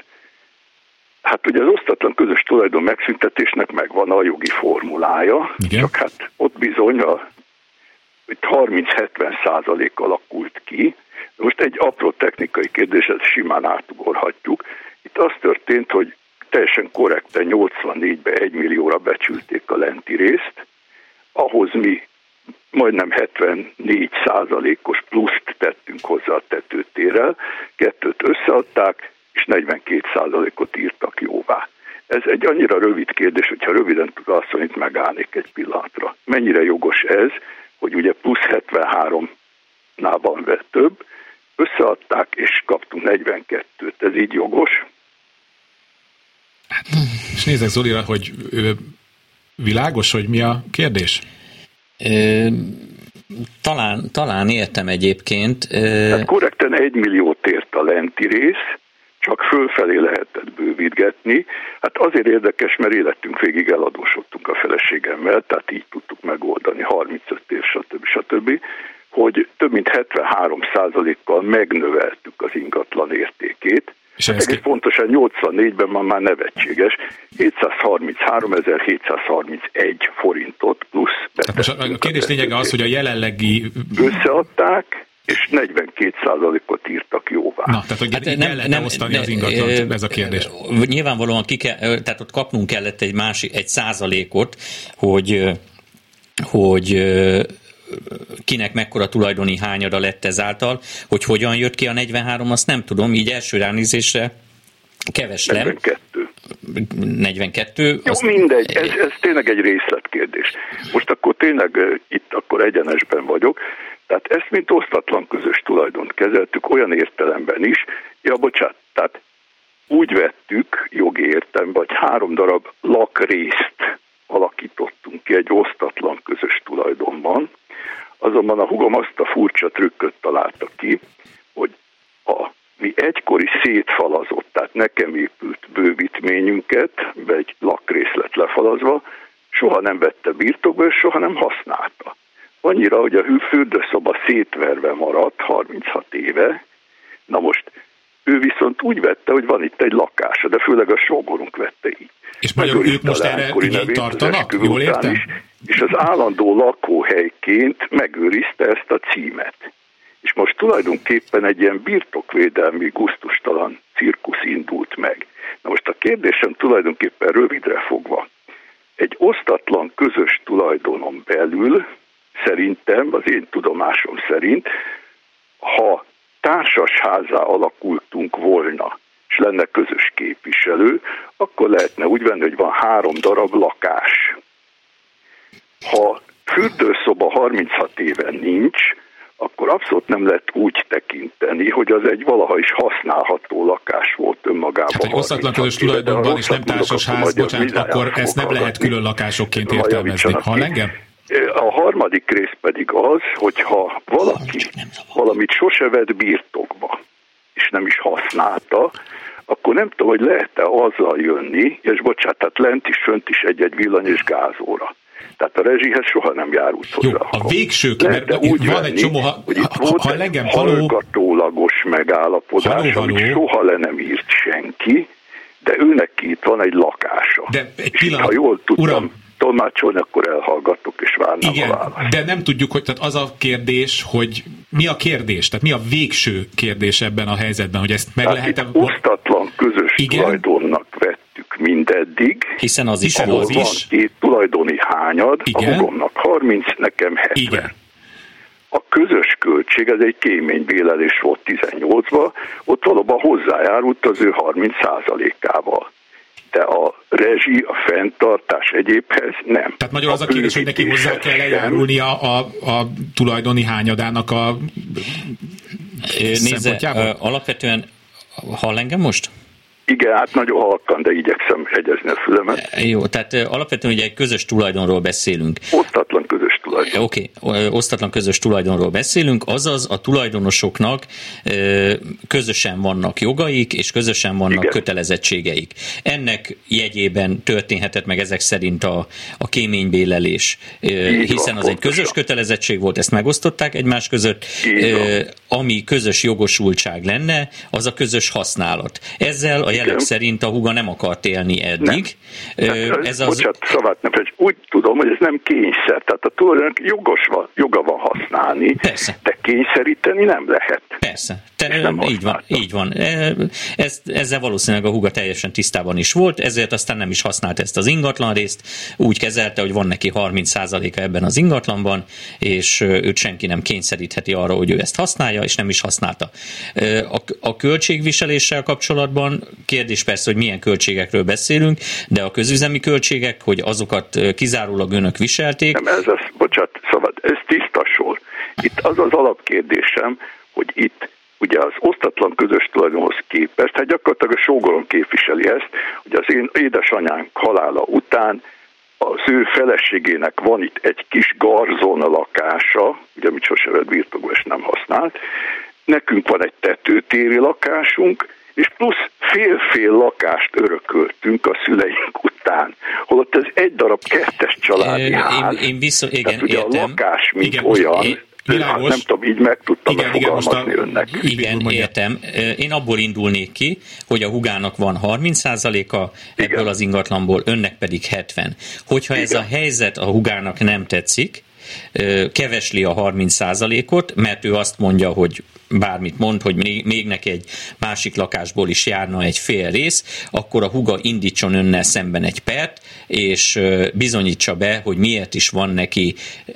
hát ugye az osztatlan közös tulajdon megszüntetésnek megvan a jogi formulája, igen. Csak hát ott bizony hogy 30-70% alakult ki. Most egy apró technikai kérdés, ezt simán átugorhatjuk. Itt az történt, hogy teljesen korrekten 84-ben 1 millióra becsülték a lenti részt, ahhoz mi majdnem 74%-os pluszt tettünk hozzá a tetőtérrel, 2-t összeadták, és 42%-ot írtak jóvá. Ez egy annyira rövid kérdés, hogyha röviden tud azt mondani, itt megállnék egy pillanatra. Mennyire jogos ez, hogy ugye plusz 73-nál van több, összeadták, és kaptunk 42-t. Ez így jogos? És nézzek Zolira, hogy világos, hogy mi a kérdés? Talán értem egyébként. Tehát korrekten 1 milliót ért a lenti rész, csak fölfelé lehetett bővítgetni. Hát azért érdekes, mert életünk végig eladósodtunk a feleségemmel, tehát így tudtuk megoldani 35 év, stb., hogy több mint 73%-kal megnöveltük az ingatlan értékét. És ez pontosan 84-ben már nevetséges, 733.731 forintot plusz. Most a kérdés lényege az, hogy a jelenlegi... Összeadták, és 42%-ot írtak jóvá. Na, tehát hogy hát nem osztani az ingatlant, ez a kérdés. Nyilvánvalóan tehát ott kapnunk kellett egy százalékot, hogy kinek mekkora tulajdoni hányada lett ezáltal, hogy hogyan jött ki a 43, azt nem tudom, így első ránézésre keveslem. 42. Jó, mindegy, ez tényleg egy részletkérdés. Most akkor tényleg itt akkor egyenesben vagyok, tehát ezt mint osztatlan közös tulajdont kezeltük olyan értelemben is, tehát úgy vettük jogi értelemben, hogy 3 darab lakrészt alakítottunk ki egy osztatlan közös tulajdonban, azonban a húgom azt a furcsa trükköt találta ki, hogy a mi egykori szétfalazott, tehát nekem épült bővítményünket, egy lakrész lett lefalazva, soha nem vette birtokba, és soha nem használta. Annyira, hogy a fürdőszoba szétverve maradt 36 éve, na most ő viszont úgy vette, hogy van itt egy lakása, de főleg a sógorunk vette így. És magyarul ők most erre igényt tartanak? Jól értem? És az állandó lakóhelyként megőrizte ezt a címet. És most tulajdonképpen egy ilyen birtokvédelmi gusztustalan cirkusz indult meg. Na most a kérdésem tulajdonképpen rövidre fogva. Egy osztatlan közös tulajdonon belül szerintem, az én tudomásom szerint, ha társasházá alakultunk volna, és lenne közös képviselő, akkor lehetne úgy venni, hogy van 3 darab lakás. Ha fürdőszoba 36 éven nincs, akkor abszolút nem lehet úgy tekinteni, hogy az egy valaha is használható lakás volt önmagában. Hát, hogy osztatlan közös tulajdonban és nem társasház, bocsánat, akkor ezt nem lehet külön lakásokként értelmezni. Hall engem? A harmadik rész pedig az, hogyha valaki valamit sose vett birtokba, és nem is használta, akkor nem tudom, hogy lehet-e azzal jönni, és bocsánat, tehát lent is, fönt is egy villany és gázóra. Tehát a rezsihez soha nem járult hozzá. Jó, a végső, mert van egy csomó, ha engem hallgatólagos megállapodás, amit soha le nem írt senki, de őnek itt van egy lakása. De egy pillanat, ha jól tudtam, uram, tolmácsolni, akkor elhallgattok és várnám a választ. De nem tudjuk, hogy tehát az a kérdés, hogy mi a kérdés, tehát mi a végső kérdés ebben a helyzetben, hogy ezt meg lehet-e... Osztatlan közös tulajdonnak vettük mindeddig, hiszen az is volt. Van 2 tulajdoni hányad, igen. A hugomnak 30, nekem 70. Igen. A közös költség, ez egy kéménybélelés volt 18-ban, ott valóban hozzájárult az ő 30%-ával. De a rezsi, a fenntartás egyébhez nem. Tehát magyarul az a kérdés, hogy neki hozzá kell lejárulnia a tulajdoni hányadának a szempontjából? Alapvetően hall engem most? Igen, hát nagyon halkan, de igyekszem hegyezni a fülemet. Jó, tehát alapvetően ugye egy közös tulajdonról beszélünk. Osztatlan közös tulajdon. Oké, osztatlan közös tulajdonról beszélünk, azaz a tulajdonosoknak közösen vannak jogaik, és közösen vannak igen. kötelezettségeik. Ennek jegyében történhetett meg ezek szerint a kéménybélelés, hiszen az egy közös kötelezettség volt, ezt megosztották egymás között, ami közös jogosultság lenne, az a közös használat. Ezzel a jelek szerint a húga nem akart élni eddig. Bocsánat, szavát nem, úgy tudom, hogy ez nem kényszer, tehát a tulajdonosnak joga van használni, persze. De kényszeríteni nem lehet. Persze, így van. Ezzel valószínűleg a húga teljesen tisztában is volt, ezért aztán nem is használt ezt az ingatlan részt, úgy kezelte, hogy van neki 30%-a ebben az ingatlanban, és őt senki nem kényszerítheti arra, hogy ő ezt használja, és nem is használta. A költségviseléssel kapcsolatban kérdés persze, hogy milyen költségekről beszélünk, de a közüzemi költségek, hogy azokat kizárólag önök viselték. Nem, ez tiszta sor. Itt az alapkérdésem, hogy itt ugye az osztatlan közös tulajdonhoz képest, hát gyakorlatilag a sógorom képviseli ezt, hogy az én édesanyánk halála után az ő feleségének van itt egy kis garzon lakása, ugye amit sose vett birtokba és nem használt, nekünk van egy tetőtéri lakásunk, és plusz fél-fél lakást örököltünk a szüleink után, holott ez egy darab 2-es családi ház. Igen, ugye értem. A lakás, mint igen, olyan, nem tudom, így meg tudtam fogalmazni önnek. Igen, értem. Én abból indulnék ki, hogy a húgának van 30%-a ebből az ingatlanból, önnek pedig 70%. Hogyha ez a helyzet a húgának nem tetszik, kevesli a 30%-ot, mert ő azt mondja, hogy bármit mond, hogy még neki egy másik lakásból is járna egy fél rész, akkor a húga indítson önnel szemben egy pert, és bizonyítsa be, hogy miért is van neki,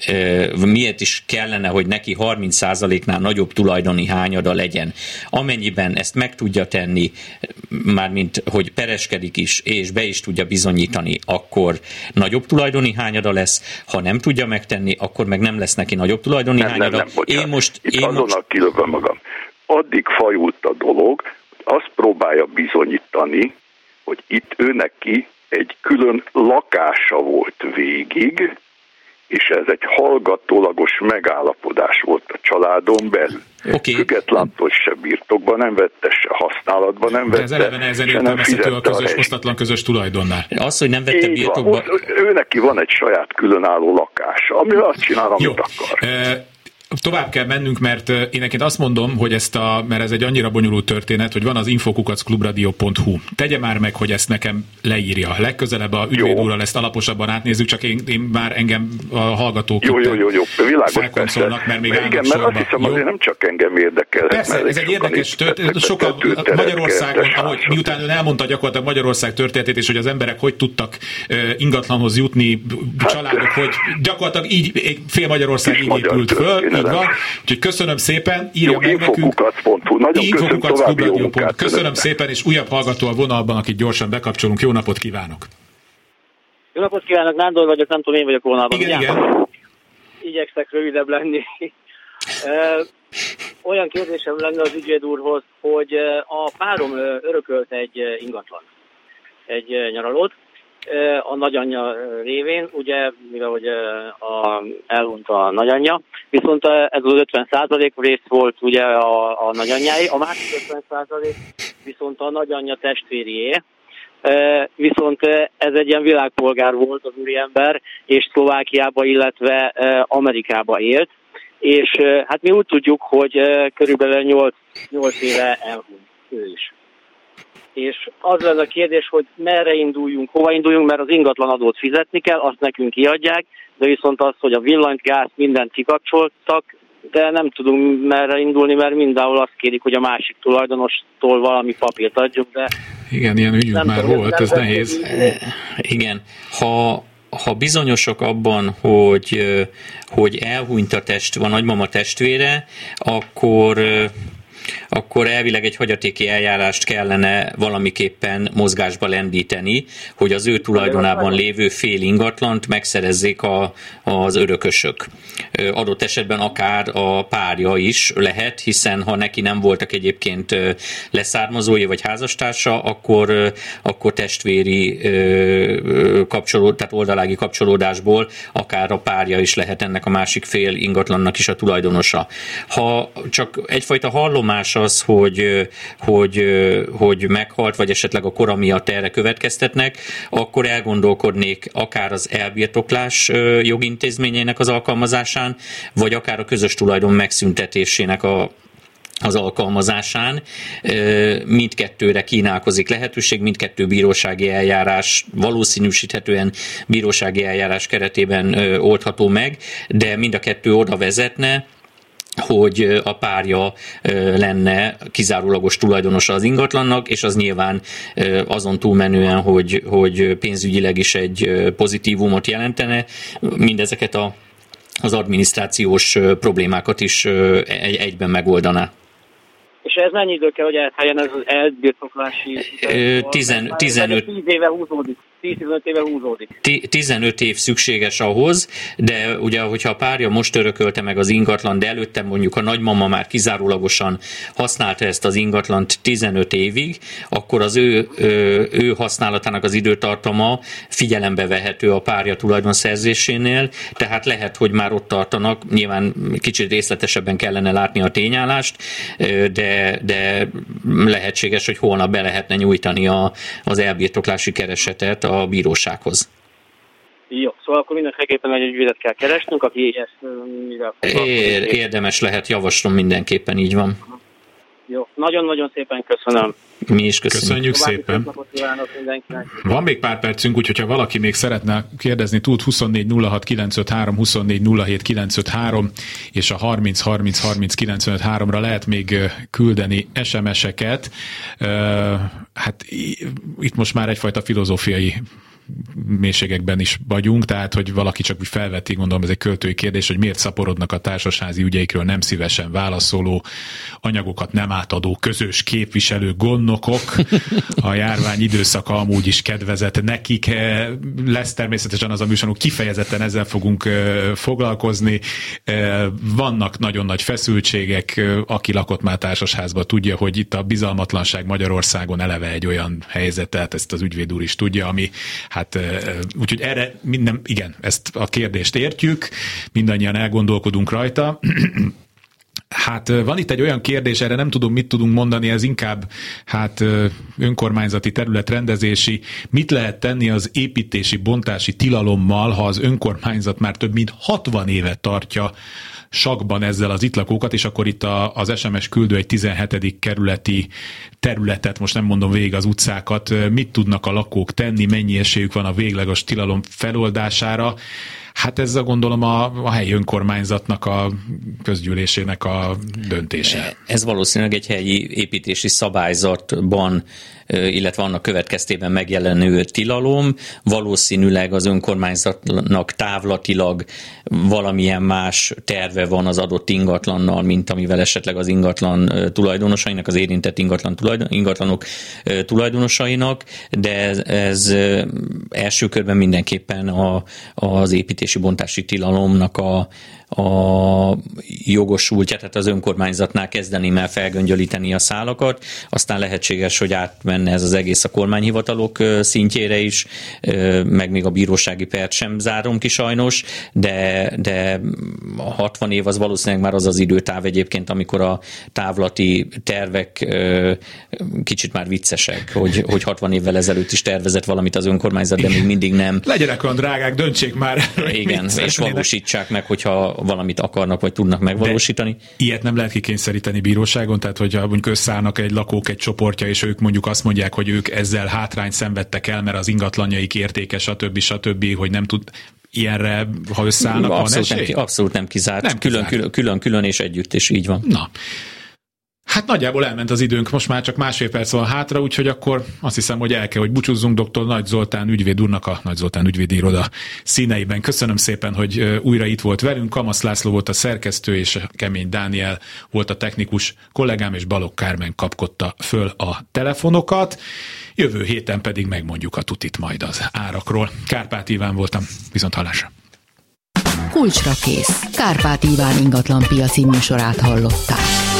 miért is kellene, hogy neki 30%-nál nagyobb tulajdoni hányada legyen. Amennyiben ezt meg tudja tenni, mármint, hogy pereskedik is, és be is tudja bizonyítani, akkor nagyobb tulajdoni hányada lesz, ha nem tudja megtenni, akkor meg nem lesz neki nagyobb tulajdoni hányada. Azonnal kilövöm magam. Addig fajult a dolog, hogy azt próbálja bizonyítani, hogy itt ő neki egy külön lakása volt végig, és ez egy hallgatólagos megállapodás volt a családon belül. Okay. Függetlenül se birtokban nem vette, se használatban nem vette. De ez eleve nehezen értelmezhető a közös, osztatlan közös tulajdonnál. Az, hogy nem vette birtokba... Ő neki van egy saját különálló lakása, amivel azt csinál, amit akar. Tovább kell mennünk, mert én nekem azt mondom, hogy mert ez egy annyira bonyolult történet, hogy van az info@clubradio.hu. Tegye már meg, hogy ezt nekem leírja. Legközelebb a ügyvédúrral ezt alaposabban átnézzük, csak én már engem a hallgatók felkoncolnak, mert még igen, mert azt hiszem, azért nem csak engem érdekel. Persze, ez egy érdekes történet. Sokan Magyarországon, ahogy miután ön elmondta gyakorlatilag Magyarország történetét, és hogy az emberek hogy tudtak ingatlanhoz jutni, családok, hogy gyakorlatilag így fél Magyarország így épült föl. Így van. Úgyhogy köszönöm szépen, írja meg nekünk. Info@clubradio.hu. Köszönöm szépen, és újabb hallgató a vonalban, akit gyorsan bekapcsolunk. Jó napot kívánok! Jó napot kívánok, Nándor vagyok, nem tudom, én vagyok vonalban. Igen. Igyekszek rövidebb lenni. Olyan kérdésem lenne az ügyvéd úrhoz, hogy a párom örökölt egy ingatlan, egy nyaralót, a nagyanyja révén, ugye, mivel hogy elhunyt a nagyanyja, viszont ez az 50% rész volt ugye a nagyanyjáé, a másik 50% viszont a nagyanyja testvérié, viszont ez egy ilyen világpolgár volt az úriember, és Szlovákiába, illetve Amerikába élt, és hát mi úgy tudjuk, hogy körülbelül 8 éve elhunyt ő is. És az lenne a kérdés, hogy merre induljunk, hova induljunk, mert az ingatlanadót fizetni kell, azt nekünk kiadják, de viszont az, hogy a villanyt, gázt, mindent kikapcsoltak, de nem tudunk merre indulni, mert mindenhol azt kérik, hogy a másik tulajdonostól valami papírt adjuk, de... Igen, ilyen ügyünk már volt, ez nehéz. Igen, ha bizonyosak abban, hogy elhunyt a nagymama testvére, akkor elvileg egy hagyatéki eljárást kellene valamiképpen mozgásba lendíteni, hogy az ő tulajdonában lévő fél ingatlant megszerezzék az örökösök. Adott esetben akár a párja is lehet, hiszen ha neki nem voltak egyébként leszármazói vagy házastársa, akkor testvéri tehát oldalági kapcsolódásból akár a párja is lehet ennek a másik fél ingatlannak is a tulajdonosa. Ha csak egyfajta hallomás az, hogy meghalt, vagy esetleg a kora miatt erre következtetnek, akkor elgondolkodnék akár az elbirtoklás jogintézményének az alkalmazásán, vagy akár a közös tulajdon megszüntetésének az alkalmazásán. Mindkettőre kínálkozik lehetőség, mindkettő bírósági eljárás, valószínűsíthetően bírósági eljárás keretében oldható meg, de mind a kettő oda vezetne, hogy a párja lenne kizárólagos tulajdonosa az ingatlannak, és az nyilván azon túlmenően, hogy pénzügyileg is egy pozitívumot jelentene, mindezeket az adminisztrációs problémákat is egyben megoldaná. És ez mennyi idő kell, hogy elteljen ez az elbirtoklási... 15 éve húzódik. 10-15 éve húzódik. 15 év szükséges ahhoz, de ugye, hogyha a párja most örökölte meg az ingatlan, de előtte mondjuk a nagymama már kizárólagosan használta ezt az ingatlant 15 évig, akkor az ő használatának az időtartama figyelembe vehető a párja tulajdonszerzésénél, tehát lehet, hogy már ott tartanak, nyilván kicsit részletesebben kellene látni a tényállást, de lehetséges, hogy holnap be lehetne nyújtani az elbirtoklási keresetet a bírósághoz. Jó, szóval akkor mindenképpen egy ügyvédet kell keresnünk, aki ezt mivel érdemes lehet, javaslom, mindenképpen így van. Jó, nagyon-nagyon szépen köszönöm. Mi is köszönjük szépen. Van még pár percünk, úgyhogy ha valaki még szeretne kérdezni, tud 24 06 953, 24 07 953 és a 30 30 30 953-ra lehet még küldeni SMS-eket. Hát itt most már egyfajta filozófiai mélységekben is vagyunk, tehát hogy valaki csak úgy felveti, gondolom ez egy költői kérdés, hogy miért szaporodnak a társasházi ügyeikről nem szívesen válaszoló, anyagokat nem átadó közös képviselő gondnokok. A járvány időszaka amúgy is kedvezett nekik. Lesz természetesen az a műsorunk, kifejezetten ezzel fogunk foglalkozni. Vannak nagyon nagy feszültségek, aki lakott már társasházban tudja, hogy itt a bizalmatlanság Magyarországon eleve egy olyan helyzet, tehát ezt az ügyvéd úr is tudja, ami hát úgyhogy erre igen, ezt a kérdést értjük, mindannyian elgondolkodunk rajta. Hát van itt egy olyan kérdés, erre nem tudom, mit tudunk mondani, ez inkább önkormányzati területrendezési. Mit lehet tenni az építési, bontási tilalommal, ha az önkormányzat már több mint 60 éve tartja sakban ezzel az itt lakókat, és akkor itt az SMS küldő egy 17. kerületi területet, most nem mondom végig az utcákat, mit tudnak a lakók tenni, mennyi esélyük van a végleges tilalom feloldására. Hát ez gondolom a helyi önkormányzatnak, a közgyűlésének a döntése. Ez valószínűleg egy helyi építési szabályzatban, illetve annak következtében megjelenő tilalom. Valószínűleg az önkormányzatnak távlatilag valamilyen más terve van az adott ingatlannal, mint amivel esetleg az ingatlan tulajdonosainak, az érintett ingatlanok tulajdonosainak, de ez első körben mindenképpen az építési bontási tilalomnak a jogosultja, tehát az önkormányzatnál kezdeném el felgöngyölíteni a szálakat, aztán lehetséges, hogy átmenne ez az egész a kormányhivatalok szintjére is, meg még a bírósági pert sem zárom ki sajnos, de a 60 év az valószínűleg már az az időtáv egyébként, amikor a távlati tervek kicsit már viccesek, hogy 60 évvel ezelőtt is tervezett valamit az önkormányzat, de még mindig nem. Legyenek olyan drágák, döntsék már. Igen, és valósítsák meg, hogyha valamit akarnak, vagy tudnak megvalósítani. De ilyet nem lehet kikényszeríteni bíróságon, tehát hogyha mondjuk összeállnak egy lakók egy csoportja, és ők mondjuk azt mondják, hogy ők ezzel hátrányt szenvedtek el, mert az ingatlanjaik értéke, stb., hogy nem tud ilyenre, ha összeállnak, van esély? Abszolút nem kizárt. Külön és együtt, és így van. Na. Hát nagyjából elment az időnk, most már csak másfél perc van hátra, úgyhogy akkor azt hiszem, hogy el kell, hogy búcsúzzunk dr. Nagy Zoltán ügyvéd úrnak a Nagy Zoltán ügyvédi iroda színeiben. Köszönöm szépen, hogy újra itt volt velünk. Kamasz László volt a szerkesztő, és Kemény Dániel volt a technikus kollégám, és Balogh Kármen kapkodta föl a telefonokat. Jövő héten pedig megmondjuk a tutit majd az árakról. Kárpát Iván voltam, viszont hallásra. Kulcsra kész. Kárpát Iván ingatlanpiaci műsorát hallották.